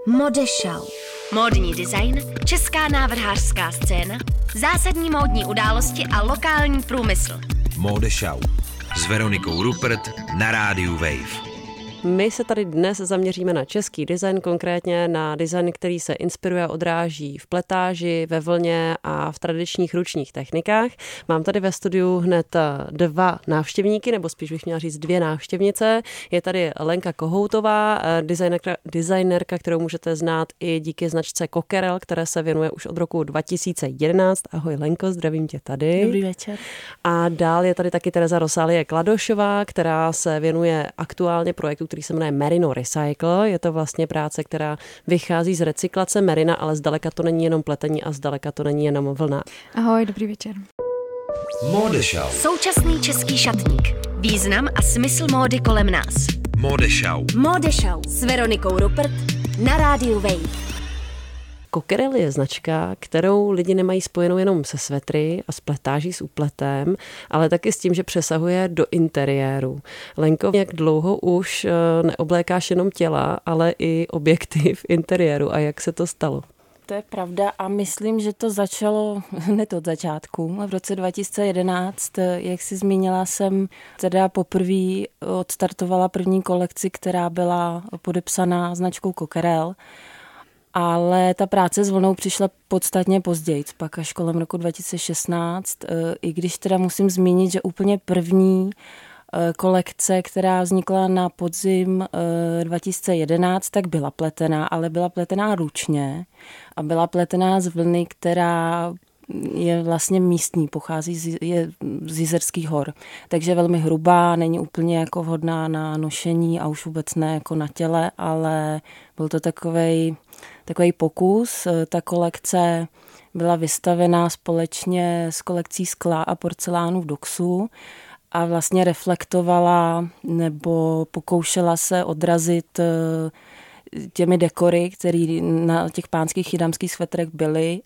Modeshow. Módní design, česká návrhářská scéna, zásadní módní události a lokální průmysl. Modeshow s Veronikou Rupert na rádiu Wave. My se tady dnes zaměříme na český design, konkrétně na design, který se inspiruje a odráží v pletáži, ve vlně a v tradičních ručních technikách. Mám tady ve studiu hned dva návštěvníky, nebo spíš bych měla říct dvě návštěvnice. Je tady Lenka Kohoutová, designérka, kterou můžete znát i díky značce Cockerel, které se věnuje už od roku 2011. Ahoj Lenko, zdravím tě tady. Dobrý večer. A dál je tady taky Tereza Rosálie Kladošová, která se věnuje aktuálně projektu, který se jmenuje Merino Recycle. Je to vlastně práce, která vychází z recyklace merina, ale zdaleka to není jenom pletení a zdaleka to není jenom vlna. Ahoj, dobrý večer. Modeshow. Současný český šatník. Význam a smysl módy kolem nás. Modeshow. Modeshow s Veronikou Rupert na rádiu Wave. Cockerel je značka, kterou lidi nemají spojenou jenom se svetry a s pletáží s úpletem, ale taky s tím, že přesahuje do interiéru. Lenko, jak dlouho už neoblékáš jenom těla, ale i objekty v interiéru a jak se to stalo? To je pravda a myslím, že to začalo hned od začátku. V roce 2011, jak jsi zmínila, jsem teda poprvé odstartovala první kolekci, která byla podepsaná značkou Cockerel. Ale ta práce s vlnou přišla podstatně později, pak až kolem roku 2016, i když teda musím zmínit, že úplně první kolekce, která vznikla na podzim 2011, tak byla pletená, ale byla pletená ručně a byla pletená z vlny, která je vlastně místní, pochází z Jizerských hor. Takže velmi hrubá, není úplně jako vhodná na nošení a už vůbec ne jako na těle, ale byl to takovej pokus. Ta kolekce byla vystavená společně s kolekcí skla a porcelánu v Doxu a vlastně reflektovala nebo pokoušela se odrazit těmi dekory, které na těch pánských i dámských svetrech byly,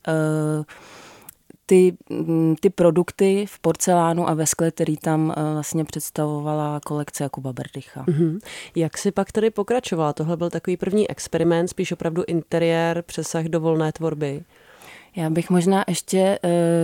ty produkty v porcelánu a ve skle, který tam vlastně představovala kolekce Jakuba Berdycha. Mm-hmm. Jak si pak tady pokračovala? Tohle byl takový první experiment, spíš opravdu interiér, přesah do volné tvorby? Já bych možná ještě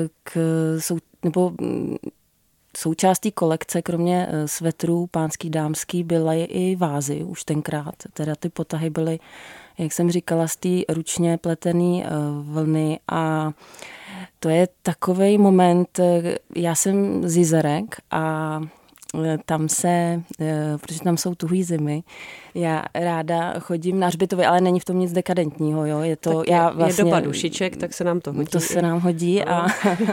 součástí kolekce, kromě svetrů pánský, dámský, byly i vázy už tenkrát. Teda ty potahy byly, jak jsem říkala, z té ručně pletené vlny a to je takovej moment, já jsem z Jizerek a tam protože tam jsou tuhý zimy, já ráda chodím na hřbitovy, ale není v tom nic dekadentního, jo. Je to, je doba dušiček, tak se nám to hodí. To se nám hodí a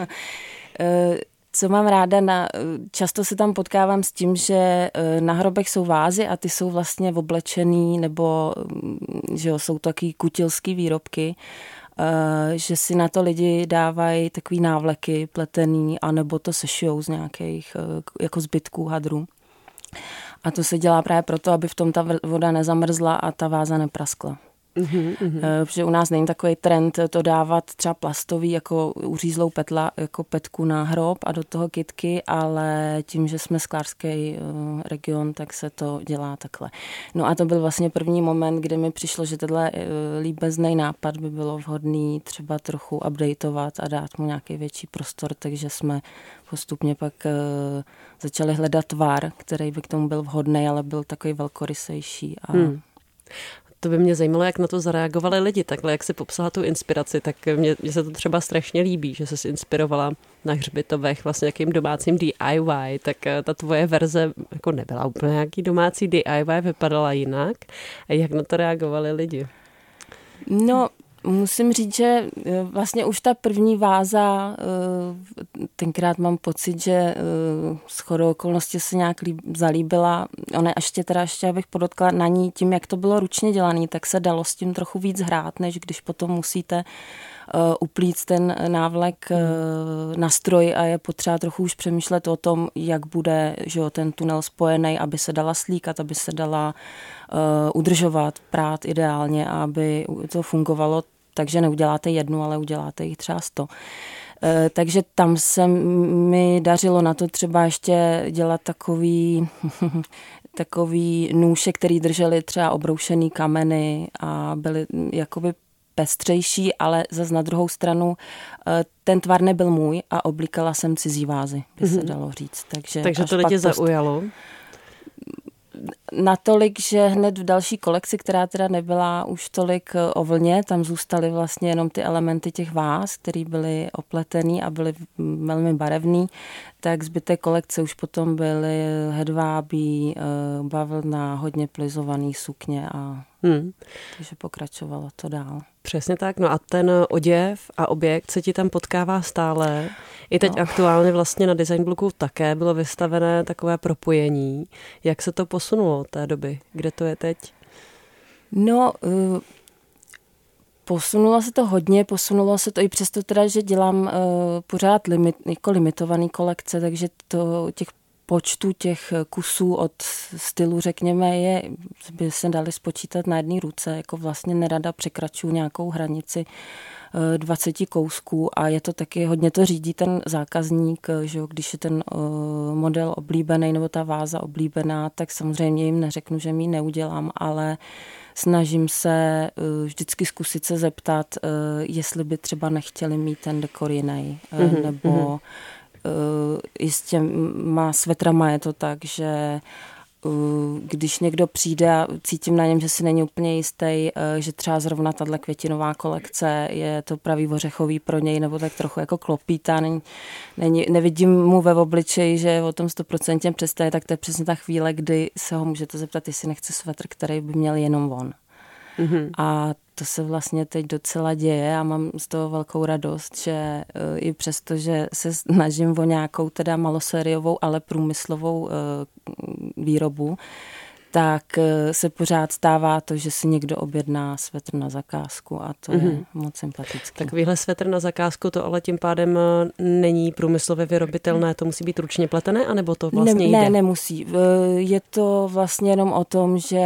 co mám ráda, často se tam potkávám s tím, že na hrobech jsou vázy a ty jsou vlastně oblečený, nebo že jo, jsou to taky kutilský výrobky, že si na to lidi dávají takový návleky pletený, anebo to sešijou z nějakých jako zbytků hadrů. A to se dělá právě proto, aby v tom ta voda nezamrzla a ta váza nepraskla. Protože u nás není takový trend to dávat třeba plastový, jako uřízlou petla, jako petku na hrob a do toho kytky, ale tím, že jsme sklářský region, tak se to dělá takhle. No a to byl vlastně první moment, kdy mi přišlo, že tenhle líbezný nápad by bylo vhodný třeba trochu updateovat a dát mu nějaký větší prostor, takže jsme postupně pak začali hledat tvar, který by k tomu byl vhodný, ale byl takový velkorysejší a To by mě zajímalo, jak na to zareagovali lidi. Takhle, jak jsi popsala tu inspiraci, tak mně se to třeba strašně líbí, že jsi inspirovala na hřbitovech vlastně nějakým domácím DIY, tak ta tvoje verze jako nebyla úplně nějaký domácí DIY, vypadala jinak. A jak na to reagovali lidi? No, musím říct, že vlastně už ta první váza, tenkrát mám pocit, že shodou okolností se nějak zalíbila. Ona ještě abych podotkla na ní tím, jak to bylo ručně dělané, tak se dalo s tím trochu víc hrát, než když potom musíte uplíct ten návlek na stroj a je potřeba trochu už přemýšlet o tom, jak bude, že jo, ten tunel spojený, aby se dala slíkat, aby se dala udržovat, prát ideálně, aby to fungovalo, takže neuděláte jednu, ale uděláte jich třeba 100. Takže tam se mi dařilo na to třeba ještě dělat takový takový nůše, který drželi třeba obroušený kameny a byly jakoby pestřejší, ale zas na druhou stranu ten tvar nebyl můj a oblíkala jsem cizí vázy, by se dalo říct. Takže to lidi zaujalo? Natolik, že hned v další kolekci, která teda nebyla už tolik o vlně, tam zůstaly vlastně jenom ty elementy těch váz, které byly opletený a byly velmi barevný, tak zbytek kolekce už potom byly hedvábí, bavlna, hodně plizovaný sukně a takže pokračovalo to dál. Přesně tak, no a ten oděv a objekt se ti tam potkává stále. I teď aktuálně vlastně na Design Bloku také bylo vystavené takové propojení. Jak se to posunulo od té doby? Kde to je teď? No, posunulo se to hodně, posunulo se to i přesto teda, že dělám pořád limitovaný kolekce, takže to těch počtu těch kusů od stylu, řekněme, by se dali spočítat na jedné ruce, jako vlastně nerada překračuju nějakou hranici 20 kousků a je to taky, hodně to řídí ten zákazník, že jo, když je ten model oblíbený nebo ta váza oblíbená, tak samozřejmě jim neřeknu, že mi ji neudělám, ale snažím se vždycky zkusit se zeptat, jestli by třeba nechtěli mít ten dekor jiný, nebo jistě má svetrama je to tak, že když někdo přijde a cítím na něm, že si není úplně jistý, že třeba zrovna tahle květinová kolekce je to pravý ořechový pro něj, nebo tak trochu jako klopítá, nevidím mu ve obličeji, že o tom 100% přestaje, tak to je přesně ta chvíle, kdy se ho můžete zeptat, jestli nechce svetr, který by měl jenom on. A to se vlastně teď docela děje a mám z toho velkou radost, že i přesto, že se snažím o nějakou teda malosériovou, ale průmyslovou výrobu, tak se pořád stává to, že si někdo objedná svetr na zakázku a to je moc sympatické. Takovýhle svetr na zakázku to ale tím pádem není průmyslově vyrobitelné, to musí být ručně pletené, anebo to vlastně jde? Ne, nemusí. Je to vlastně jenom o tom, že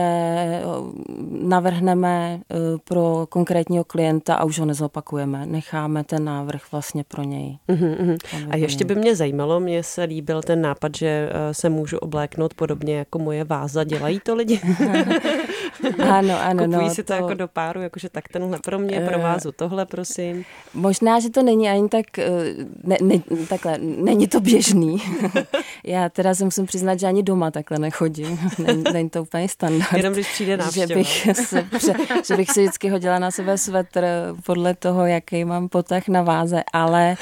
navrhneme pro konkrétního klienta a už ho nezopakujeme. Necháme ten návrh vlastně pro něj. A ještě by mě zajímalo, mně se líbil ten nápad, že se můžu obléknout podobně jako moje váza. Dělají to lidi? Ano. Kupují si to jako do páru, jakože tak tenhle pro mě, pro vázu tohle, prosím. Možná, že to není ani tak, takhle, není to běžný. Já teda se musím přiznat, že ani doma takhle nechodím. Není to úplně standard. Jenom když přijde návštěva. Že bych si vždycky hodila na sebe svetr podle toho, jaký mám potah na váze, ale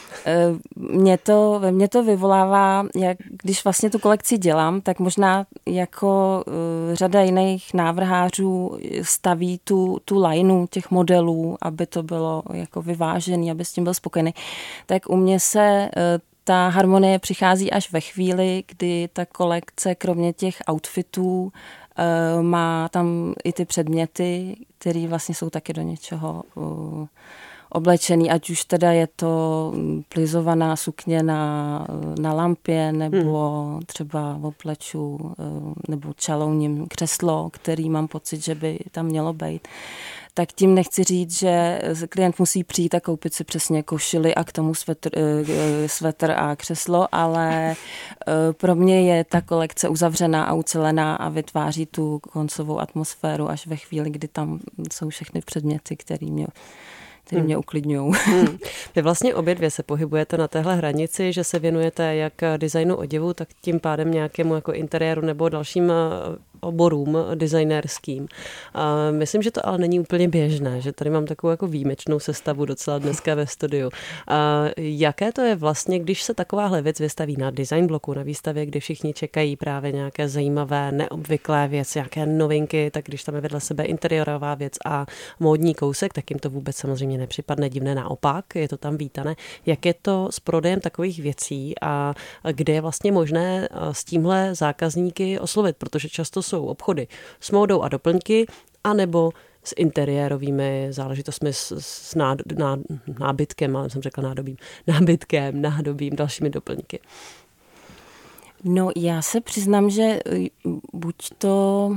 mě to vyvolává, jak když vlastně tu kolekci dělám, tak možná jako řada jiných návrhářů staví tu lineu těch modelů, aby to bylo jako vyvážený, aby s tím byl spokojený. Tak u mě se ta harmonie přichází až ve chvíli, kdy ta kolekce kromě těch outfitů má tam i ty předměty, které vlastně jsou taky do něčeho oblečený, ať už teda je to plizovaná sukně na lampě, nebo třeba obleču, nebo čalouním křeslo, který mám pocit, že by tam mělo být. Tak tím nechci říct, že klient musí přijít a koupit si přesně košili a k tomu svetr a křeslo, ale pro mě je ta kolekce uzavřená a ucelená a vytváří tu koncovou atmosféru až ve chvíli, kdy tam jsou všechny předměty, které mě uklidňují. Vy vlastně obě dvě se pohybujete na téhle hranici, že se věnujete jak designu oděvu, tak tím pádem nějakému jako interiéru nebo dalším oborům designérským. Myslím, že to ale není úplně běžné, že tady mám takovou jako výjimečnou sestavu docela dneska ve studiu. Jaké to je vlastně, když se takováhle věc vystaví na Design Bloku, na výstavě, kdy všichni čekají právě nějaké zajímavé, neobvyklé věci, nějaké novinky, tak když tam je vedle sebe interiérová věc a módní kousek, tak jim to vůbec samozřejmě nepřipadne divné, naopak, je to tam vítané. Jak je to s prodejem takových věcí a kde je vlastně možné s tímhle zákazníky oslovit, protože často jsou obchody s módou a doplňky, anebo s interiérovými záležitostmi, s nábytkem, ale jsem řekla nábytkem, nádobím, dalšími doplňky. No já se přiznám, že buď to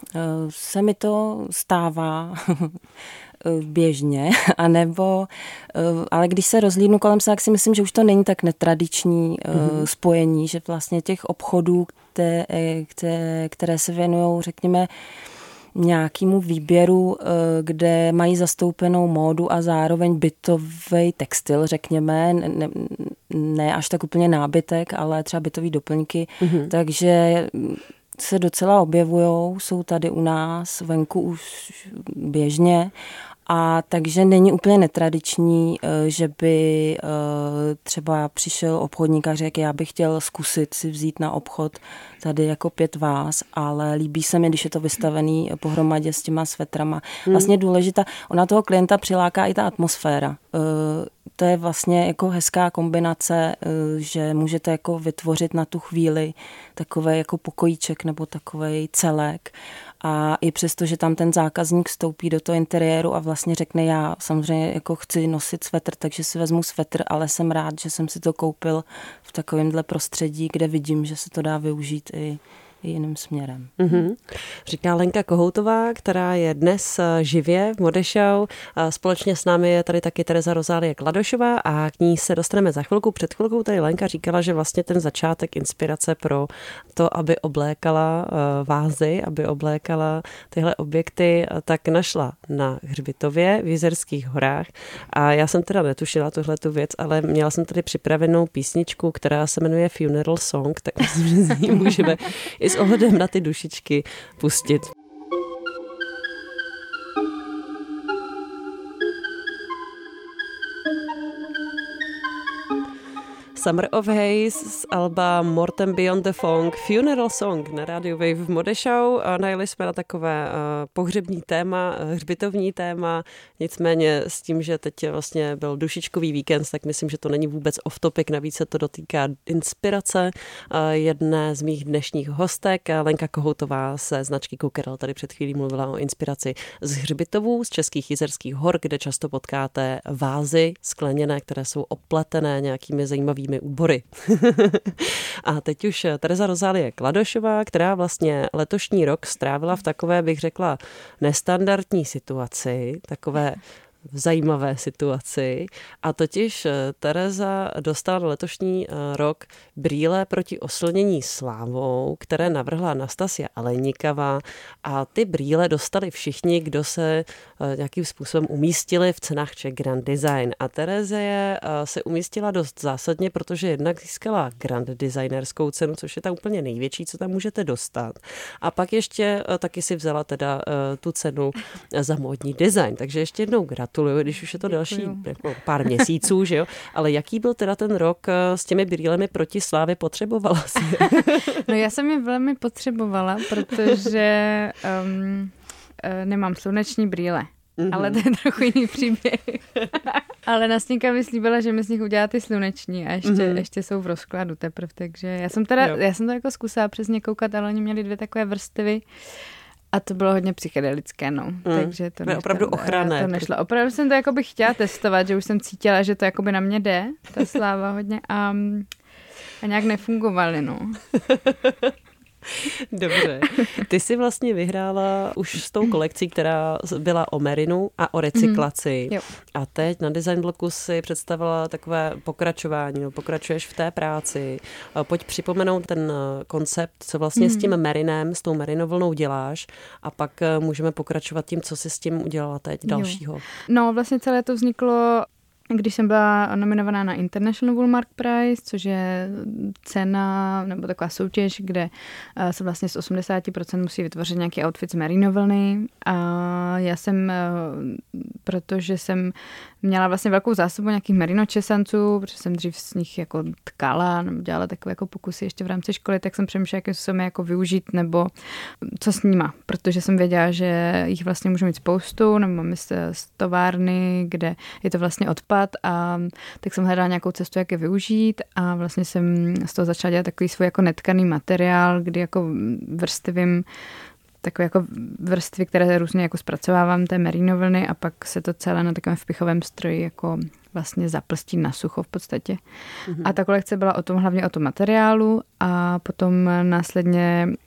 se mi to stává běžně, anebo, ale když se rozhlídnu kolem se, tak si myslím, že už to není tak netradiční spojení, že vlastně těch obchodů, které se věnují, řekněme, nějakému výběru, kde mají zastoupenou módu a zároveň bytový textil, řekněme, ne až tak úplně nábytek, ale třeba bytový doplňky, takže se docela objevujou, jsou tady u nás, venku už běžně, a takže není úplně netradiční, že by třeba přišel obchodník a řekl, já bych chtěl zkusit si vzít na obchod tady jako 5 váz, ale líbí se mi, když je to vystavený pohromadě s těma svetrama. Vlastně důležitá, ona toho klienta přiláká i ta atmosféra. To je vlastně jako hezká kombinace, že můžete jako vytvořit na tu chvíli takový jako pokojíček nebo takovej celek. A i přesto, že tam ten zákazník vstoupí do toho interiéru a vlastně řekne, já samozřejmě jako chci nosit svetr, takže si vezmu svetr, ale jsem rád, že jsem si to koupil v takovémhle prostředí, kde vidím, že se to dá využít i jiným směrem. Říká Lenka Kohoutová, která je dnes živě v Mode Show. Společně s námi je tady taky Tereza Rozálie Kladošová a k ní se dostaneme za chvilku. Před chvilkou tady Lenka říkala, že vlastně ten začátek inspirace pro to, aby oblékala vázy, aby oblékala tyhle objekty, tak našla na hřbitově v Jizerských horách. A já jsem teda netušila tuhletu věc, ale měla jsem tady připravenou písničku, která se jmenuje Funeral Song, tak myslím, že z ní můžeme i s ohledem na ty dušičky pustit. Summer of Haze z alba Mortem Beyond the Funk, Funeral Song na Radio Wave v Mode Show. Najeli jsme na takové pohřební téma, hřbitovní téma, nicméně s tím, že teď vlastně byl dušičkový víkend, tak myslím, že to není vůbec off topic, navíc se to dotýká inspirace jedné z mých dnešních hostek. Lenka Kohoutová ze značky Kukerel tady před chvílí mluvila o inspiraci z hřbitovů, z Českých Jizerských hor, kde často potkáte vázy skleněné, které jsou opletené nějakými zajímavými úbory. A teď už Tereza Rozálie Kladošová, která vlastně letošní rok strávila v takové, bych řekla, nestandardní situaci, takové zajímavé situaci. A totiž Tereza dostala letošní rok brýle proti oslnění slávou, které navrhla Nastasia Alejníková, a ty brýle dostali všichni, kdo se nějakým způsobem umístili v cenách Czech Grand Design. A Tereze je se umístila dost zásadně, protože jednak získala Grand Designerskou cenu, což je ta úplně největší, co tam můžete dostat. A pak ještě taky si vzala teda tu cenu za módní design. Takže ještě jednou gratuluju, když už je to další jako pár měsíců, že jo? Ale jaký byl teda ten rok s těmi brýlemi proti slávě? Potřebovala si? No já jsem je velmi potřebovala, protože nemám sluneční brýle. Ale to je trochu jiný příběh. Ale Nastěnka mi slíbila, že mi z nich udělá ty sluneční a ještě jsou v rozkladu teprve, takže já jsem to jako zkusila přesně koukat, ale oni měli 2 takové vrstvy. A to bylo hodně psychedelické, no. Takže to nešlo, opravdu ochranné. To nešlo. Opravdu jsem to jako bych chtěla testovat, že už jsem cítila, že to jakoby na mě jde, ta sláva hodně a nějak nefungovaly, no. Dobře. Ty jsi vlastně vyhrála už s tou kolekcí, která byla o merinu a o recyklaci. A teď na Design Bloku si představila takové pokračování, no, pokračuješ v té práci. Pojď připomenout ten koncept, co vlastně s tím merinem, s tou merinovlnou děláš, a pak můžeme pokračovat tím, co jsi s tím udělala teď dalšího. No, vlastně celé to vzniklo, když jsem byla nominovaná na International Woolmark Prize, což je cena nebo taková soutěž, kde se vlastně z 80% musí vytvořit nějaký outfit z merinovlny. A já jsem, protože jsem měla vlastně velkou zásobu nějakých merinočesanců, protože jsem dřív z nich jako tkala, nebo dělala takové jako pokusy ještě v rámci školy, tak jsem přemýšlela, jak se mi jako využít nebo co s nima, protože jsem věděla, že jich vlastně můžu mít spoustu, nebo mám z továrny, kde je to vlastně odpad, a tak jsem hledala nějakou cestu, jak je využít, a vlastně jsem z toho začala dělat takový svůj jako netkaný materiál, kdy jako vrstvím takové jako vrstvy, které různě jako zpracovávám té merinovlny, a pak se to celé na takovém vpichovém stroji jako vlastně zaplstí na sucho v podstatě. A ta kolekce byla hlavně o tom materiálu, a potom následně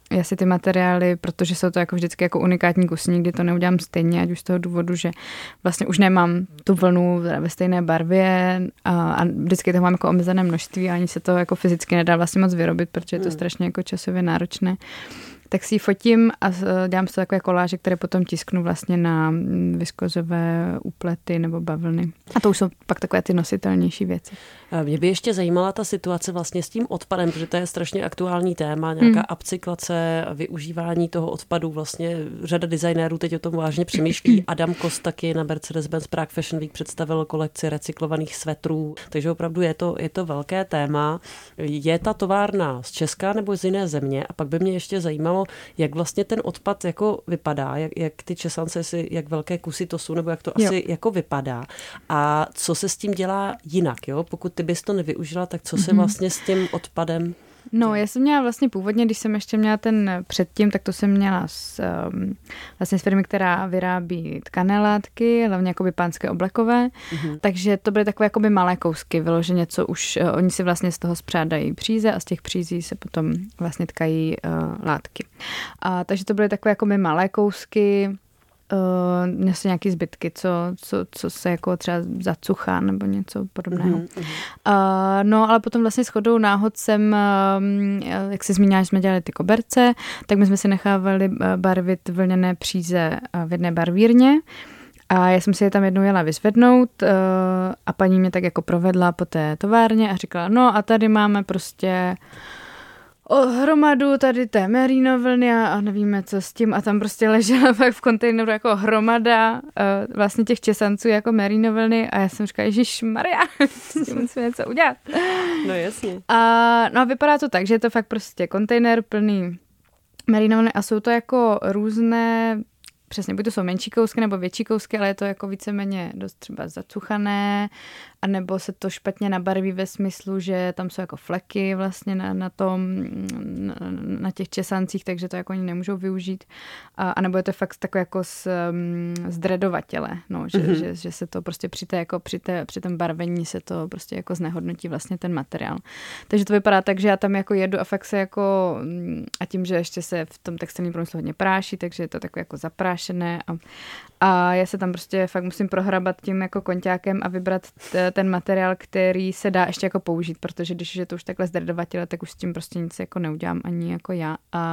já si ty materiály, protože jsou to jako vždycky jako unikátní kusy, nikdy to neudělám stejně, ať už z toho důvodu, že vlastně už nemám tu vlnu ve stejné barvě a vždycky toho mám jako omezené množství a ani se to jako fyzicky nedá vlastně moc vyrobit, protože je to strašně jako časově náročné. Tak si ji fotím a dělám si takové koláže, které potom tisknu vlastně na viskozové úplety nebo bavlny. A to už jsou pak takové ty nositelnější věci. Mě by ještě zajímala ta situace vlastně s tím odpadem, protože to je strašně aktuální téma, nějaká upcyklace, využívání toho odpadu. Vlastně řada designérů teď o tom vážně přemýšlí. Adam Kos taky na Mercedes-Benz Prague Fashion Week představil kolekci recyklovaných svetrů, takže opravdu je to velké téma. Je ta továrna z Česka nebo z jiné země? A pak by mě ještě zajímalo, jak vlastně ten odpad jako vypadá, jak ty česance, jak velké kusy to jsou, nebo jak to asi jako vypadá. A co se s tím dělá jinak, jo? Pokud ty bys to nevyužila, tak co se vlastně s tím odpadem... No, já jsem měla vlastně původně, když jsem ještě měla ten předtím, tak to jsem měla vlastně s firmy, která vyrábí tkané látky, hlavně jakoby pánské oblekové, takže to byly takové jakoby malé kousky, vyloženě co už, oni si vlastně z toho spřádají příze a z těch přízí se potom vlastně tkají látky. Takže to byly takové jakoby malé kousky, něco nějaký zbytky, co se jako třeba zacuchá nebo něco podobného. No, ale potom vlastně shodou náhod jsem, jak jsi zmínila, že jsme dělali ty koberce, tak my jsme si nechávali barvit vlněné příze v jedné barvírně a já jsem si je tam jednou jela vyzvednout a paní mě tak jako provedla po té továrně a říkala, no a tady máme prostě hromadu tady té merino vlny a nevíme, co s tím. A tam prostě ležela pak v kontejneru jako hromada vlastně těch česanců jako merino vlny a já jsem říkala, ježišmarja, s tím musíme něco udělat. No jasně. No a vypadá to tak, že je to fakt prostě kontejner plný merino vlny a jsou to jako různé, přesně, buď to jsou menší kousky nebo větší kousky, ale je to jako víceméně dost třeba zacuchané, anebo se to špatně nabarví ve smyslu, že tam jsou jako fleky vlastně na těch česancích, takže to jako oni nemůžou využít. A nebo je to fakt takové jako zdredovatele, no, že se to prostě při tom barvení se to prostě jako znehodnotí vlastně ten materiál. Takže to vypadá tak, že já tam jako jedu a fakt se jako, a tím, že ještě se v tom textilním průmyslu hodně práší, takže je to takové jako zaprášené a já se tam prostě fakt musím prohrabat tím jako konťákem a vybrat ten materiál, který se dá ještě jako použít, protože když je to už takhle zdredovatele, tak už s tím prostě nic jako neudělám ani jako já.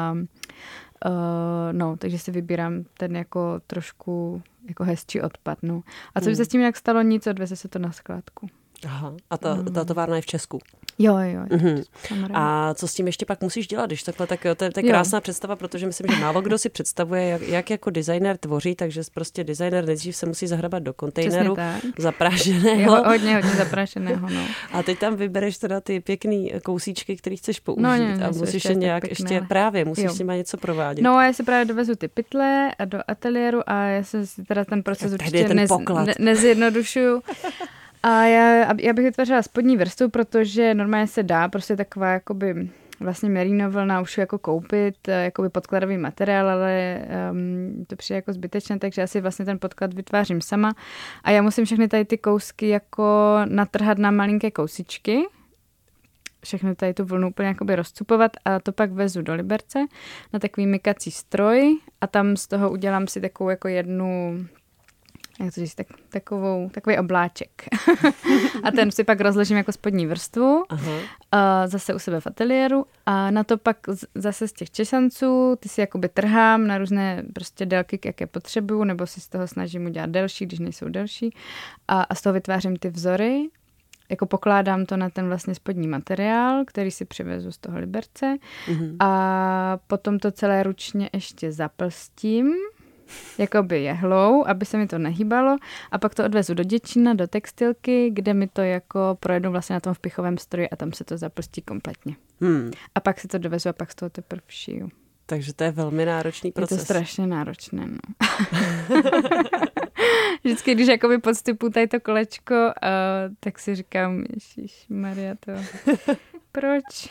No, takže si vybírám ten jako trošku jako hezčí odpad. No. A co by se s tím nějak stalo? Nic, odveze se to na skládku. Aha, a ta továrna je v Česku? Jo. A co s tím ještě pak musíš dělat, když takhle, tak to je krásná představa, protože myslím, že málo kdo si představuje, jak jako designer tvoří, takže prostě designer nejdřív se musí zahrabat do kontejneru zaprášeného. Hodně zaprášeného, no. A teď tam vybereš teda ty pěkný kousíčky, který chceš použít a musíš je nějak ještě právě, musíš s nima něco provádět. No a já si právě dovezu ty pytle do ateliéru a já se teda ten proces určitě nezjednodušuju. A já bych vytvořila spodní vrstvu, protože normálně se dá prostě taková jakoby vlastně merino vlna už jako koupit, jakoby podkladový materiál, ale to přijde jako zbytečné, takže já si vlastně ten podklad vytvářím sama a já musím všechny tady ty kousky jako natrhat na malinké kousičky, všechny tady tu vlnu úplně jakoby rozcupovat a to pak vezu do Liberce na takový mykací stroj a tam z toho udělám si takovou jako jednu, jak to říct, takový obláček. A ten si pak rozložím jako spodní vrstvu, zase u sebe v ateliéru a na to pak zase z těch česanců, ty si jakoby trhám na různé prostě délky, jaké potřebuju, nebo si z toho snažím udělat delší, když nejsou delší a z toho vytvářím ty vzory, jako pokládám to na ten vlastně spodní materiál, který si přivezu z toho Liberce a potom to celé ručně ještě zaplstím, jakoby jehlou, aby se mi to nehýbalo a pak to odvezu do Děčína, do textilky, kde mi to jako projedu vlastně na tom vpichovém stroji a tam se to zaplstí kompletně. A pak si to dovezu a pak z toho teprve šiju. Takže to je velmi náročný proces. Je to strašně náročné, no. Vždycky, když jakoby podstupuji tady to kolečko, tak si říkám, ježišmarja, to proč?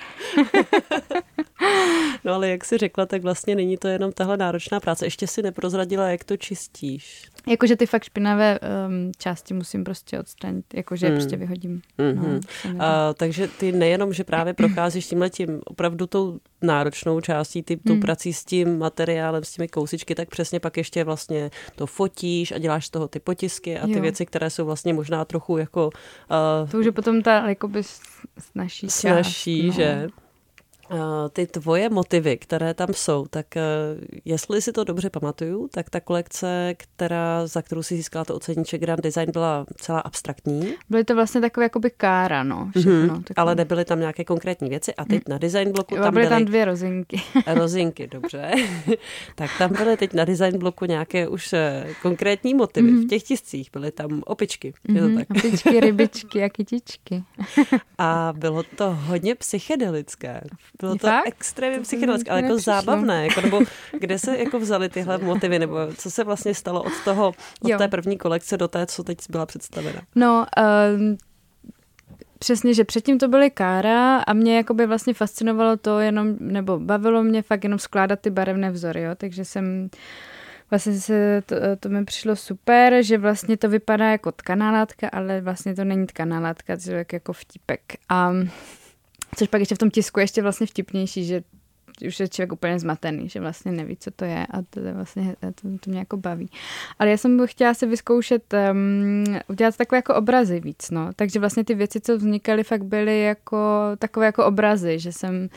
No ale jak jsi řekla, tak vlastně není to jenom tahle náročná práce. Ještě si neprozradila, jak to čistíš. Jakože ty fakt špinavé části musím prostě odstranit, jakože prostě vyhodím. No, takže ty nejenom, že právě procházíš tímhletím opravdu tou náročnou částí, tou prací s tím materiálem, s těmi kousičky, tak přesně pak ještě vlastně to fotíš a děláš z toho ty potisky a ty věci, které jsou vlastně možná trochu jako... to už je potom ta jakoby snažší část. No. Že? Ty tvoje motivy, které tam jsou, tak jestli si to dobře pamatuju, tak ta kolekce, za kterou si získala to oceníček Grand Design, byla celá abstraktní. Byly to vlastně takové jakoby kára, no. Všechno, ale nebyly tam nějaké konkrétní věci a teď na design bloku tam byly tam 2 rozinky. Rozinky, dobře. Tak tam byly teď na design bloku nějaké už konkrétní motivy. V těch tiscích byly tam opičky. Je to tak? Opičky, rybičky a kytičky. A bylo to hodně psychedelické. Bylo to fakt? Extrémně psychedelické, ale jako zábavné. Jako, nebo kde se jako vzaly tyhle motivy, nebo co se vlastně stalo od té první kolekce do té, co teď byla představena? No, přesně, že předtím to byly kára a mě jakoby vlastně fascinovalo to jenom, nebo bavilo mě fakt jenom skládat ty barevné vzory, jo, takže jsem... Vlastně to mi přišlo super, že vlastně to vypadá jako tkaná látka, ale vlastně to není tkaná látka, to je jako vtípek. A což pak ještě v tom tisku ještě vlastně vtipnější, že už je člověk úplně zmatený, že vlastně neví, co to je a to je vlastně, to mě jako baví. Ale já jsem chtěla si vyzkoušet udělat takové jako obrazy víc, no. Takže vlastně ty věci, co vznikaly, fakt byly jako takové jako obrazy, že jsem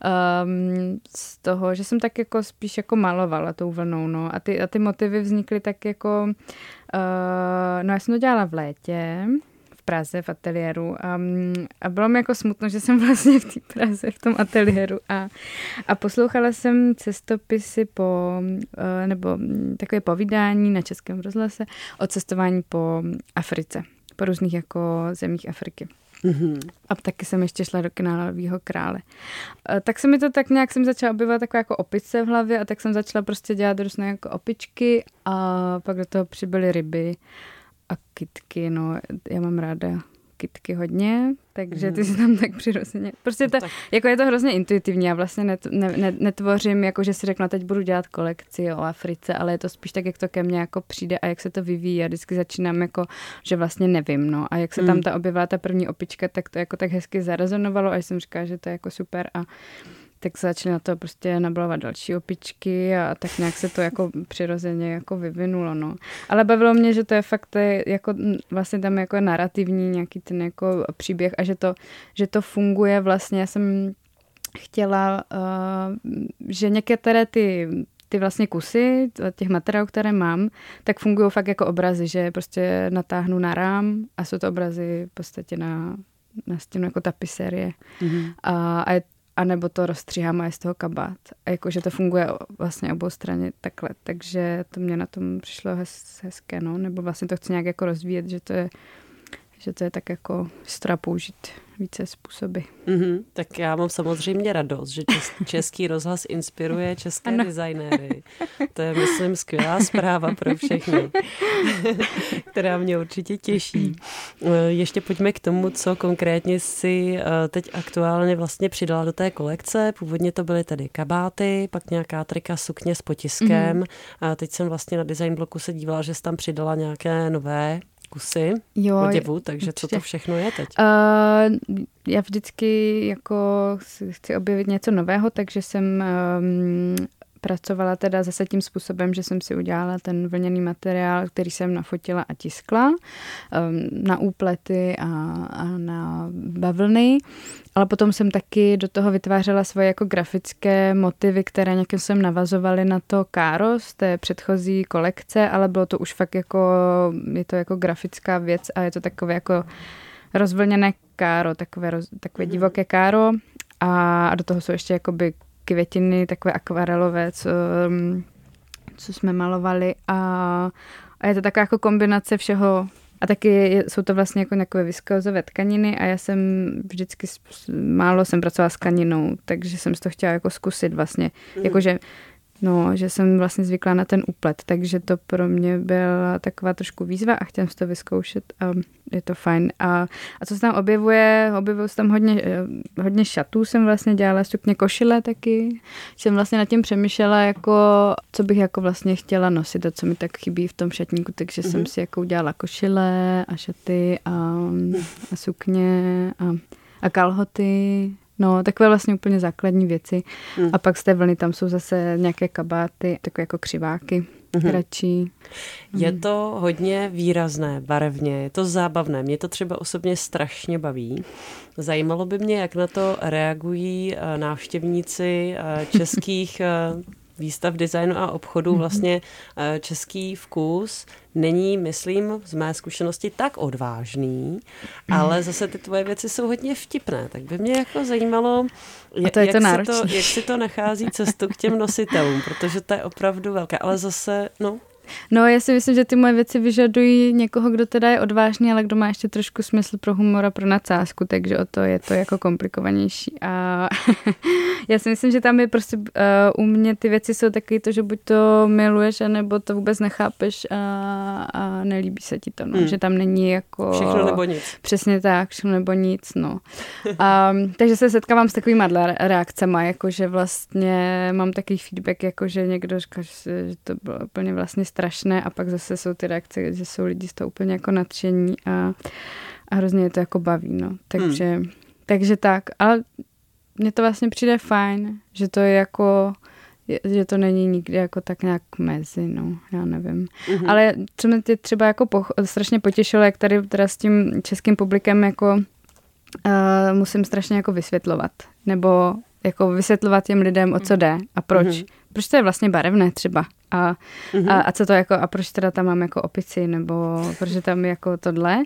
z toho, že jsem tak jako spíš jako malovala tou vlnou, no. A ty motivy vznikly tak jako, no já jsem to dělala v létě, Praze v ateliéru a bylo mi jako smutno, že jsem vlastně v té Praze v tom ateliéru a poslouchala jsem cestopisy nebo takové povídání na Českém rozhlase o cestování po Africe, po různých jako zemích Afriky. A taky jsem ještě šla do Kanálového krále. Tak se mi to tak nějak, jsem začala objevovat takové jako opice v hlavě a tak jsem začala prostě dělat různé jako opičky a pak do toho přibyly ryby a kytky, no, já mám ráda kytky hodně, takže ty si tam tak přirozeně. Prostě jako je to hrozně intuitivní, já vlastně netvořím, jako že si řekla, teď budu dělat kolekci o Africe, ale je to spíš tak, jak to ke mně jako přijde a jak se to vyvíjí. Já vždycky začínám jako, že vlastně nevím, no. A jak se tam objevila ta první opička, tak to jako tak hezky zarezonovalo a jsem říkala, že to je jako super a tak začaly na to prostě nabalovat další opičky a tak nějak se to jako přirozeně jako vyvinulo, no. Ale bavilo mě, že to je fakt jako vlastně tam jako narrativní nějaký ten jako příběh a že to funguje vlastně. Já jsem chtěla, že některé ty vlastně kusy těch materiálů, které mám, tak fungují fakt jako obrazy, že prostě natáhnu na rám a jsou to obrazy v podstatě na stěnu jako tapisérie. A nebo to rozstříhám a je z toho kabát. A jakože to funguje vlastně obou straně takhle. Takže to mě na tom přišlo hezké, no. Nebo vlastně to chci nějak jako rozvíjet, že to je tak jako se použít více způsoby. Tak já mám samozřejmě radost, že Český rozhlas inspiruje české designéry. To je, myslím, skvělá zpráva pro všechny, která mě určitě těší. Ještě pojďme k tomu, co konkrétně si teď aktuálně vlastně přidala do té kolekce. Původně to byly tedy kabáty, pak nějaká trika sukně s potiskem. A teď jsem vlastně na design bloku se dívala, že jsi tam přidala nějaké nové kusy oděvu, takže určitě. Co to všechno je teď? Já vždycky jako chci objevit něco nového, takže jsem pracovala teda zase tím způsobem, že jsem si udělala ten vlněný materiál, který jsem nafotila a tiskla na úplety a na bavlny, ale potom jsem taky do toho vytvářela svoje jako grafické motivy, které nějakým jsem navazovaly na to káro z té předchozí kolekce, ale bylo to už fakt jako, je to jako grafická věc a je to takové jako rozvlněné káro, takové divoké káro a do toho jsou ještě jakoby květiny, takové akvarelové, co jsme malovali a je to taková jako kombinace všeho a taky jsou to vlastně jako takové viskozové tkaniny a já jsem vždycky málo jsem pracovala s tkaninou, takže jsem to chtěla jako zkusit vlastně, jakože No, že jsem vlastně zvykla na ten úplet, takže to pro mě byla taková trošku výzva a chtěla jsem to vyzkoušet a je to fajn. A co se tam objevují se tam hodně šatů, jsem vlastně dělala sukně, košile taky. Jsem vlastně nad tím přemýšlela, jako, co bych jako vlastně chtěla nosit a co mi tak chybí v tom šatníku, takže jsem si jako udělala košile a šaty a sukně a kalhoty. No, takové vlastně úplně základní věci. A pak z té vlny tam jsou zase nějaké kabáty, takové jako křiváky, kratší. Je to hodně výrazné, barevně, je to zábavné. Mě to třeba osobně strašně baví. Zajímalo by mě, jak na to reagují návštěvníci českých výstav designu a obchodu. Vlastně český vkus není, myslím, z mé zkušenosti tak odvážný, ale zase ty tvoje věci jsou hodně vtipné. Tak by mě jako zajímalo, jak si to nachází cestu k těm nositelům, protože to je opravdu velké, ale zase, No, já si myslím, že ty moje věci vyžadují někoho, kdo teda je odvážný, ale kdo má ještě trošku smysl pro humor a pro nadsázku, takže o to je to jako komplikovanější. A já si myslím, že tam je prostě u mě ty věci jsou taky to, že buď to miluješ, anebo to vůbec nechápeš a nelíbí se ti to, no. Že tam není jako... Všechno nebo nic. Přesně tak, všechno nebo nic, no. Takže se setkávám s takovýma reakcemi, jakože vlastně mám takový feedback, jakože někdo říká, že to bylo úplně vlastně strašné a pak zase jsou ty reakce, že jsou lidi z toho úplně jako nadšení a hrozně je to jako baví, no. Takže tak, ale mně to vlastně přijde fajn, že to je jako, že to není nikdy jako tak nějak mezi, no, já nevím. Ale co mě třeba jako strašně potěšilo, jak tady teda s tím českým publikem jako musím strašně jako vysvětlovat, nebo jako vysvětlovat těm lidem, o co jde a proč. Proč to je vlastně barevné třeba a co to jako, a proč teda tam mám jako opici, nebo proč je tam jako tohle.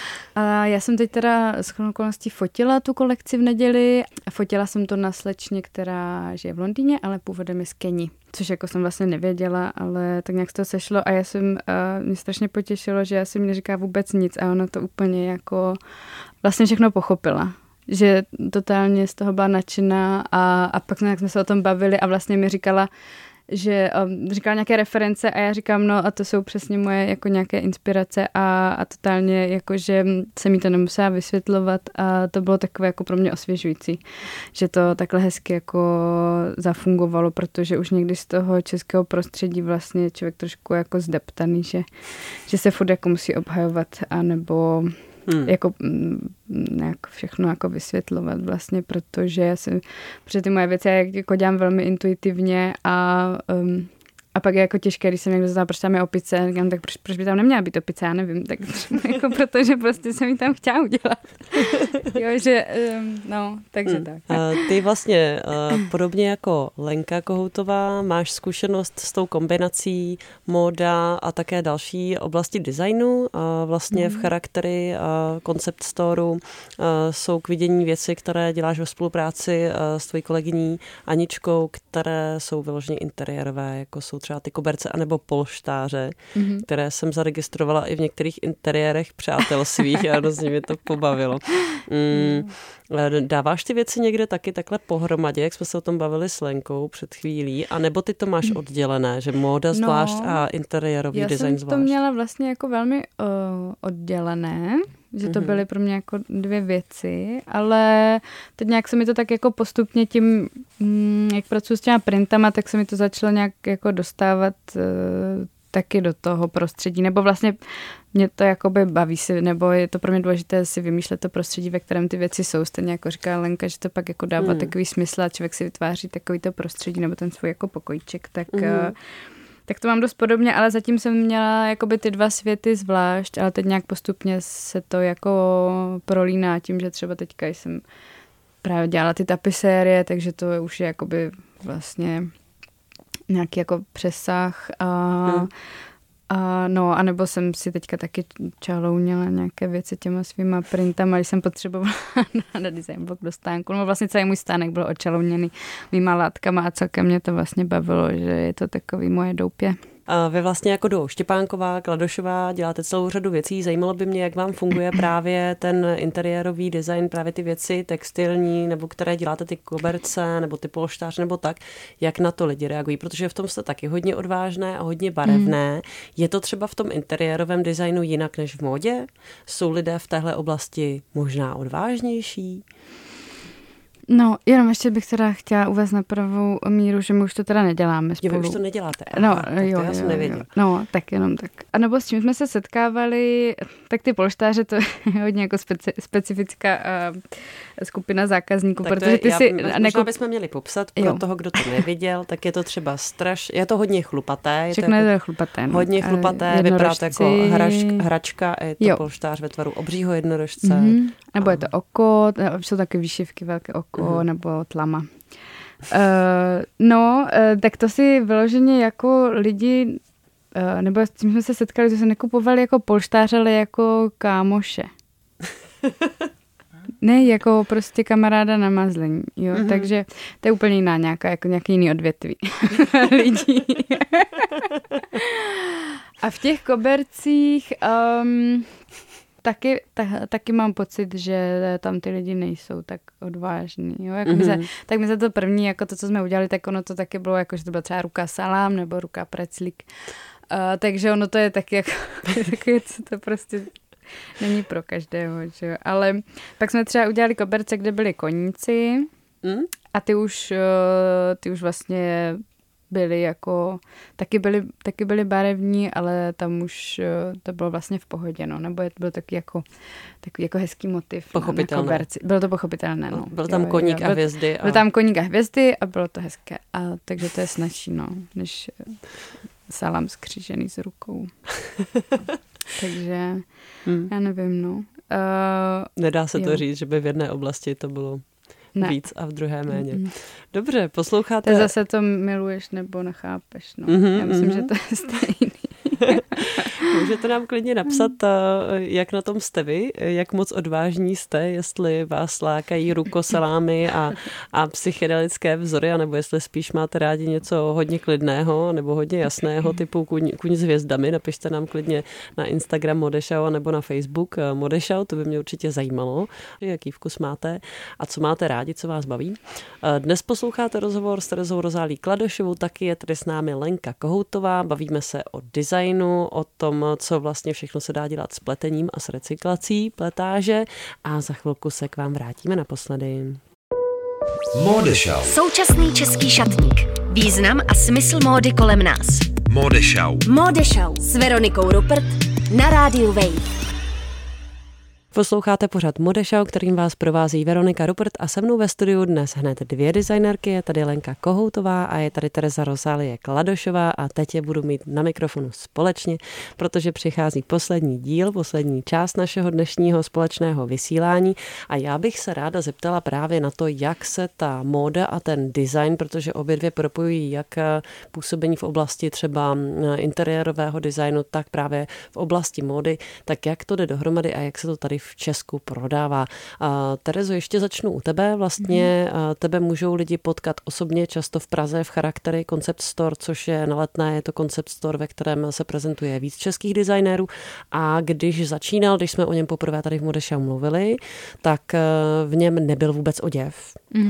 A já jsem teď teda s okolností fotila tu kolekci v neděli a fotila jsem to na slečně, která žije v Londýně, ale původem je z Keni, což jako jsem vlastně nevěděla, ale tak nějak se to sešlo a mě strašně potěšilo, že já jsem mi neříká vůbec nic a ona to úplně jako vlastně všechno pochopila. Že totálně z toho byla nadšená a pak jsme se o tom bavili a vlastně mi říkala, že říkala nějaké reference a já říkám, no a to jsou přesně moje jako nějaké inspirace a totálně jako, že jsem jí to nemusela vysvětlovat a to bylo takové jako pro mě osvěžující, že to takhle hezky jako zafungovalo, protože už někdy z toho českého prostředí vlastně člověk trošku jako zdeptaný, že se furt jako musí obhajovat anebo jako nějak všechno jako vysvětlovat vlastně, protože ty moje věci já jako dělám velmi intuitivně a pak je jako těžké, když jsem někdo zastává, proč tam je opice, říkám, tak proč by tam neměla být opice, já nevím, tak jako protože prostě jsem ji tam chtěla udělat. Jo, že, takže tak. Ty vlastně podobně jako Lenka Kohoutová máš zkušenost s tou kombinací móda a také další oblasti designu. Vlastně v charaktery concept storeu jsou k vidění věci, které děláš ve spolupráci s tvojí kolegyní Aničkou, které jsou vyloženě interiérové, jako jsou třeba ty koberce anebo polštáře, které jsem zaregistrovala i v některých interiérech přátelství a hrozně mě to pobavilo. Dáváš ty věci někde taky takhle pohromadě, jak jsme se o tom bavili s Lenkou před chvílí, anebo ty to máš oddělené, že móda zvlášť a interiérový design zvlášť? Já jsem to měla vlastně jako velmi oddělené, že to byly pro mě jako dvě věci, ale teď nějak se mi to tak jako postupně tím, jak pracuji s těma printama, tak se mi to začalo nějak jako dostávat taky do toho prostředí, nebo vlastně mě to jakoby baví si, nebo je to pro mě důležité si vymýšlet to prostředí, ve kterém ty věci jsou, stejně jako říká Lenka, že to pak jako dává takový smysl a člověk si vytváří takový to prostředí, nebo ten svůj jako pokojček, tak to mám dost podobně, ale zatím jsem měla jakoby ty dva světy zvlášť, ale teď nějak postupně se to jako prolíná tím, že třeba teďka jsem právě dělala ty tapisérie, takže to už je jakoby vlastně nějaký jako přesah a nebo jsem si teďka taky čalouněla nějaké věci těma svýma printama, když jsem potřebovala na design blok do stánku. No vlastně celý můj stánek byl očalouněný mýma látkama a celkem mě to vlastně bavilo, že je to takový moje doupě. Vy vlastně jako do Štěpánková, Kladošová děláte celou řadu věcí. Zajímalo by mě, jak vám funguje právě ten interiérový design, právě ty věci textilní, nebo které děláte ty koberce, nebo ty polštář, nebo tak. Jak na to lidi reagují? Protože v tom jste taky hodně odvážné a hodně barevné. Je to třeba v tom interiérovém designu jinak než v módě? Jsou lidé v téhle oblasti možná odvážnější? No, jenom ještě bych teda chtěla uvést na pravou míru, že my už to teda neděláme spolu. Jo, vy už to neděláte. Aha, To já jsem nevěděla. No, tak jenom tak. A nebo s čím jsme se setkávali, tak ty polštáře, to je hodně jako specifická skupina zákazníků, tak protože ty si... Možná bychom měli popsat pro toho, kdo to neviděl, tak je to třeba je to hodně chlupaté. Všechno je to chlupaté. No. Hodně chlupaté, vypadá to jako hračka, je to polštář ve tvaru obřího jednorožce. Mm-hmm. Nebo je to oko, jsou taky výšivky, velké oko, nebo tlama. Tak to si vyloženě jako lidi, nebo s tím jsme se setkali, že se nekupovali jako polštáře, ale jako kámoše. Ne, jako prostě kamaráda na mazlení, jo, takže to je úplně jiná jako nějaký jiný odvětví lidí. A v těch kobercích taky mám pocit, že tam ty lidi nejsou tak odvážní. Jo? Jako tak my za to první, jako to, co jsme udělali, tak ono to taky bylo, jako, že to byla třeba ruka salám nebo ruka preclík. Takže ono to je taky jako, co to prostě není pro každého. Že? Ale pak jsme třeba udělali koberce, kde byli koníci a ty už vlastně byly jako, taky byly barevní, ale tam už to bylo vlastně v pohodě, no, nebo byl takový jako hezký motiv. Pochopitelné. Na koberci. Bylo to pochopitelné, no. Byl tam koník a hvězdy. Byl tam koník a hvězdy a bylo to hezké. Takže to je snadší, no, než salám skřížený s rukou. Takže já nevím, no. Nedá se to říct, že by v jedné oblasti to bylo víc a v druhé méně. Dobře, posloucháte... Ty zase to miluješ nebo nechápeš, no. Já myslím, že to je stejný. Můžete nám klidně napsat, jak na tom jste vy, jak moc odvážní jste, jestli vás lákají rukosalámy a psychedelické vzory, anebo jestli spíš máte rádi něco hodně klidného nebo hodně jasného, typu kuň s hvězdami. Napište nám klidně na Instagram Modešau nebo na Facebook Modešau, to by mě určitě zajímalo, jaký vkus máte a co máte rádi, co vás baví. Dnes posloucháte rozhovor s Terezou Rozálí Kladošovou, taky je tady s námi Lenka Kohoutová, bavíme se o designu, o tom, co vlastně všechno se dá dělat s pletením a s recyklací pletáže a za chvilku se k vám vrátíme naposledy. Modešau. Současný český šatník. Význam a smysl módy kolem nás. Modešau. Modešau s Veronikou Rupert na rádiu Wave. Posloucháte pořad Modešau, kterým vás provází Veronika Rupert a se mnou ve studiu dnes hned dvě designerky. Je tady Lenka Kohoutová a je tady Tereza Rozálie Kladošová a teď je budu mít na mikrofonu společně, protože přichází poslední část našeho dnešního společného vysílání a já bych se ráda zeptala právě na to, jak se ta móda a ten design, protože obě dvě propojují jak působení v oblasti třeba interiérového designu, tak právě v oblasti módy, tak jak to jde dohromady a jak se to tady v Česku prodává. Terezo, ještě začnu u tebe. Vlastně tebe můžou lidi potkat osobně, často v Praze, v Charaktery Concept Store, což je na Letné, je to Concept Store, ve kterém se prezentuje víc českých designérů. A když začínal, když jsme o něm poprvé tady v Modešau mluvili, tak v něm nebyl vůbec oděv.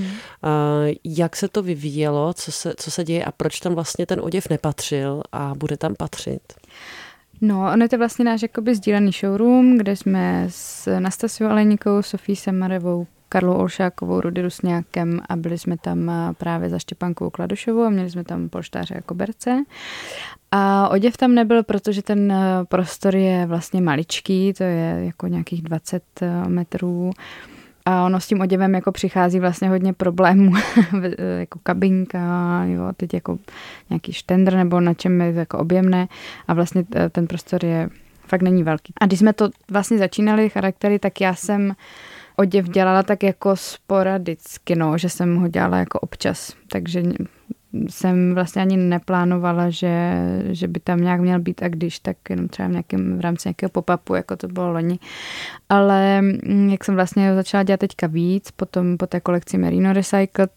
Jak se to vyvíjelo, co se děje a proč tam vlastně ten oděv nepatřil a bude tam patřit? No, on je to vlastně náš jakoby sdílený showroom, kde jsme s Nastasiou Alenikou, Sofií Samarevou, Karlou Olšákovou, Rudy Rusňákem a byli jsme tam právě za Štěpánkovou Kladošovou a měli jsme tam polštáře a koberce. A oděv tam nebyl, protože ten prostor je vlastně maličký, to je jako nějakých 20 metrů. A ono s tím oděvem jako přichází vlastně hodně problémů, jako kabinka, jo, teď jako nějaký štendr nebo na čem je jako objemné a vlastně ten prostor je fakt není velký. A když jsme to vlastně začínali Charaktery, tak já jsem oděv dělala tak jako sporadicky, no, že jsem ho dělala jako občas, takže jsem vlastně ani neplánovala, že by tam nějak měl být a když, tak jenom třeba v rámci nějakého pop-upu, jako to bylo loni. Ale jak jsem vlastně začala dělat teďka víc, potom po té kolekci Merino Recycle,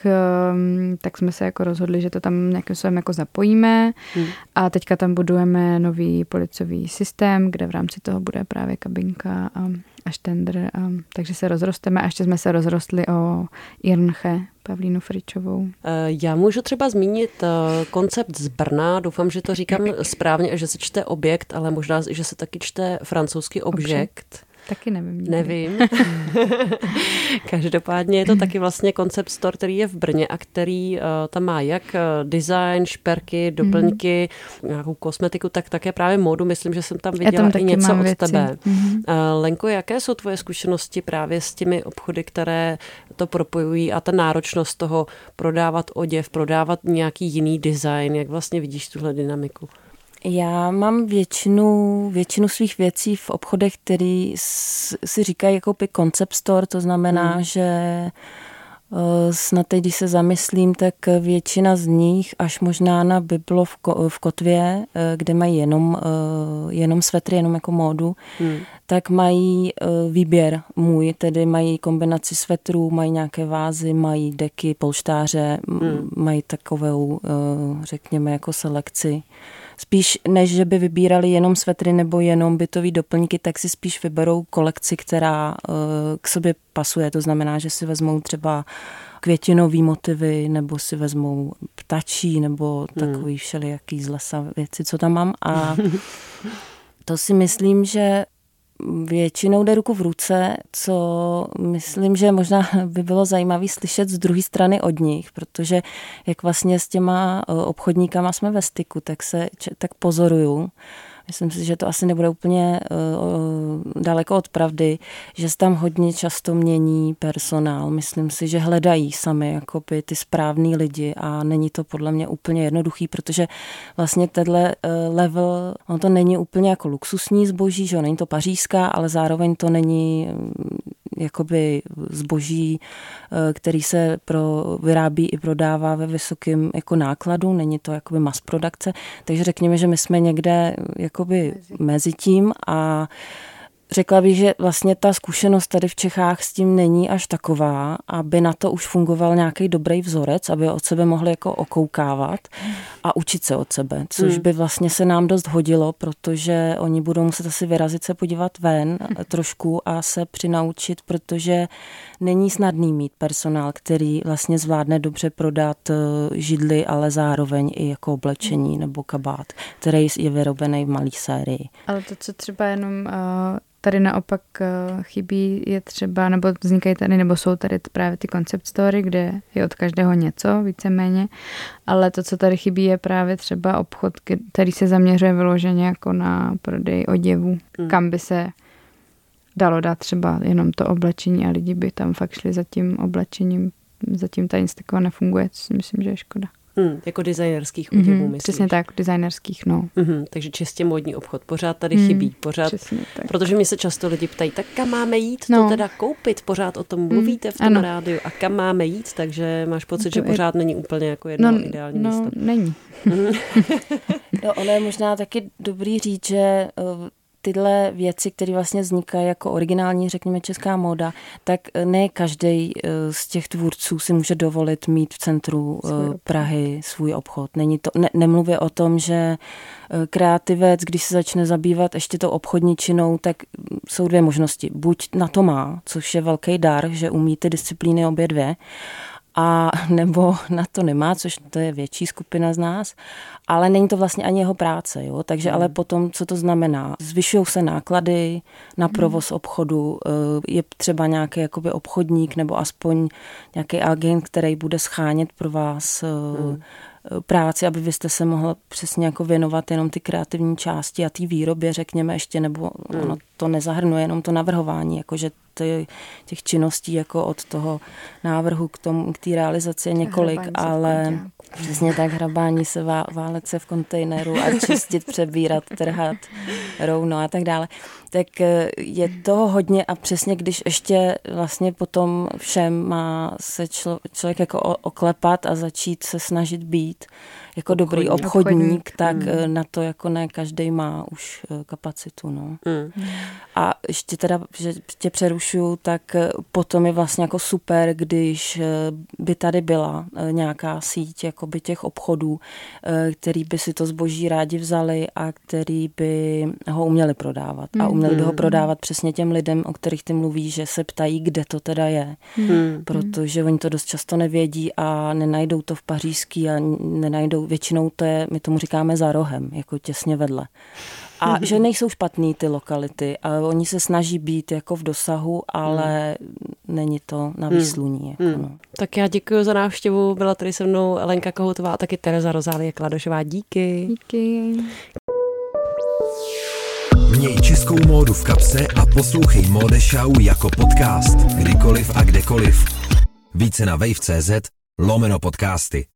tak jsme se jako rozhodli, že to tam nějakým způsobem jako zapojíme a teďka tam budujeme nový policový systém, kde v rámci toho bude právě kabinka a štendr, takže se rozrosteme a ještě jsme se rozrostli o Irnche, Pavlínu Fričovou. Já můžu třeba zmínit koncept z Brna, doufám, že to říkám správně a že se čte objekt, ale možná, že se taky čte francouzský objekt. Taky nevím. Nevím. Každopádně je to taky vlastně koncept store, který je v Brně a který tam má jak design, šperky, doplňky, nějakou kosmetiku, tak také právě módu. Myslím, že jsem tam viděla i něco od tebe. Lenko, jaké jsou tvoje zkušenosti právě s těmi obchody, které to propojují a ta náročnost toho prodávat oděv, prodávat nějaký jiný design? Jak vlastně vidíš tuhle dynamiku? Já mám většinu svých věcí v obchodech, který si říkají jako concept store, to znamená, že snad teď, když se zamyslím, tak většina z nich, až možná na Byblo v Kotvě, kde mají jenom svetry, jenom jako módu, tak mají výběr můj, tedy mají kombinaci svetrů, mají nějaké vázy, mají deky, polštáře, mají takovou, řekněme, jako selekci. Spíš než, že by vybírali jenom svetry nebo jenom bytový doplňky, tak si spíš vyberou kolekci, která k sobě pasuje. To znamená, že si vezmou třeba květinový motivy nebo si vezmou ptačí nebo takový všelijaký z lesa věci, co tam mám. A to si myslím, že většinou jde ruku v ruce, co myslím, že možná by bylo zajímavé slyšet z druhé strany od nich, protože jak vlastně s těma obchodníkama jsme ve styku, tak pozoruju. Myslím si, že to asi nebude úplně daleko od pravdy, že se tam hodně často mění personál. Myslím si, že hledají sami jakoby ty správný lidi a není to podle mě úplně jednoduchý, protože vlastně tenhle level, on to není úplně jako luxusní zboží, že není to pařížská, ale zároveň to není jakoby zboží, který se vyrábí i prodává ve vysokém jako nákladu, není to jakoby mass produkce, takže řekněme, že my jsme někde jakoby mezi tím a řekla bych, že vlastně ta zkušenost tady v Čechách s tím není až taková, aby na to už fungoval nějaký dobrý vzorec, aby od sebe mohli jako okoukávat a učit se od sebe, což by vlastně se nám dost hodilo, protože oni budou muset asi vyrazit se podívat ven trošku a se přinaučit, protože není snadný mít personál, který vlastně zvládne dobře prodat židli, ale zároveň i jako oblečení nebo kabát, který je vyrobený v malé sérii. Ale to, co třeba jenom tady naopak chybí, je třeba, nebo vznikají tady, nebo jsou tady právě ty concept story, kde je od každého něco, víceméně, ale to, co tady chybí, je právě třeba obchod, který se zaměřuje vyloženě jako na prodej oděvů, kam by se dalo dát třeba jenom to oblečení a lidi by tam fakt šli za tím oblečením, zatím ta Instagram nefunguje, co si myslím, že je škoda. Jako designerských oděvů, myslíš? Přesně tak, designerských, no. Takže čistě módní obchod pořád tady chybí. Pořád, protože mě se často lidi ptají, tak kam máme jít, to teda koupit? Pořád o tom mluvíte v tom rádiu a kam máme jít, takže máš pocit, že pořád není úplně jako jedno ideální místo. No, není. Ono je možná taky dobrý říct, že tyhle věci, které vlastně vznikají jako originální, řekněme, česká móda, tak ne každý z těch tvůrců si může dovolit mít v centru Prahy svůj obchod. Není to, nemluvě o tom, že kreativec, když se začne zabývat ještě tou obchodní činnou, tak jsou dvě možnosti. Buď na to má, což je velký dar, že umí ty disciplíny obě dvě, a nebo na to nemá, což to je větší skupina z nás, ale není to vlastně ani jeho práce, jo? Takže ale potom, co to znamená? Zvyšují se náklady na provoz obchodu, je třeba nějaký jakoby obchodník nebo aspoň nějaký agent, který bude schánět pro vás práci, aby vy jste se mohl přesně jako věnovat jenom ty kreativní části a té výrobě, řekněme ještě, nebo ono to nezahrnuje jenom to navrhování, jakože těch činností jako od toho návrhu k té realizaci je několik, ale přesně tak, hrabání se, válet se v kontejneru a čistit, přebírat, trhat, rovno a tak dále. Tak je toho hodně a přesně když ještě vlastně potom všem má se člověk jako oklepat a začít se snažit být jako dobrý obchodník, tak na to jako ne každý má už kapacitu. No. A ještě teda, že tě přerušuju, tak potom je vlastně jako super, když by tady byla nějaká síť jakoby těch obchodů, který by si to zboží rádi vzali a který by ho uměli prodávat. A uměli by ho prodávat přesně těm lidem, o kterých ty mluvíš, že se ptají, kde to teda je. Protože oni to dost často nevědí a nenajdou to v pařížský a nenajdou, většinou to je, my tomu říkáme za rohem, jako těsně vedle. A že nejsou špatný ty lokality a oni se snaží být jako v dosahu, ale není to na výsluní. Jako no. Tak já děkuji za návštěvu, byla tady se mnou Lenka Kohoutová a taky Tereza Rozálie Kladošová. Díky. Díky. Měj českou módu v kapse a poslouchej Mode Show jako podcast, kdykoliv a kdekoliv. Více na wave.cz/podcasty.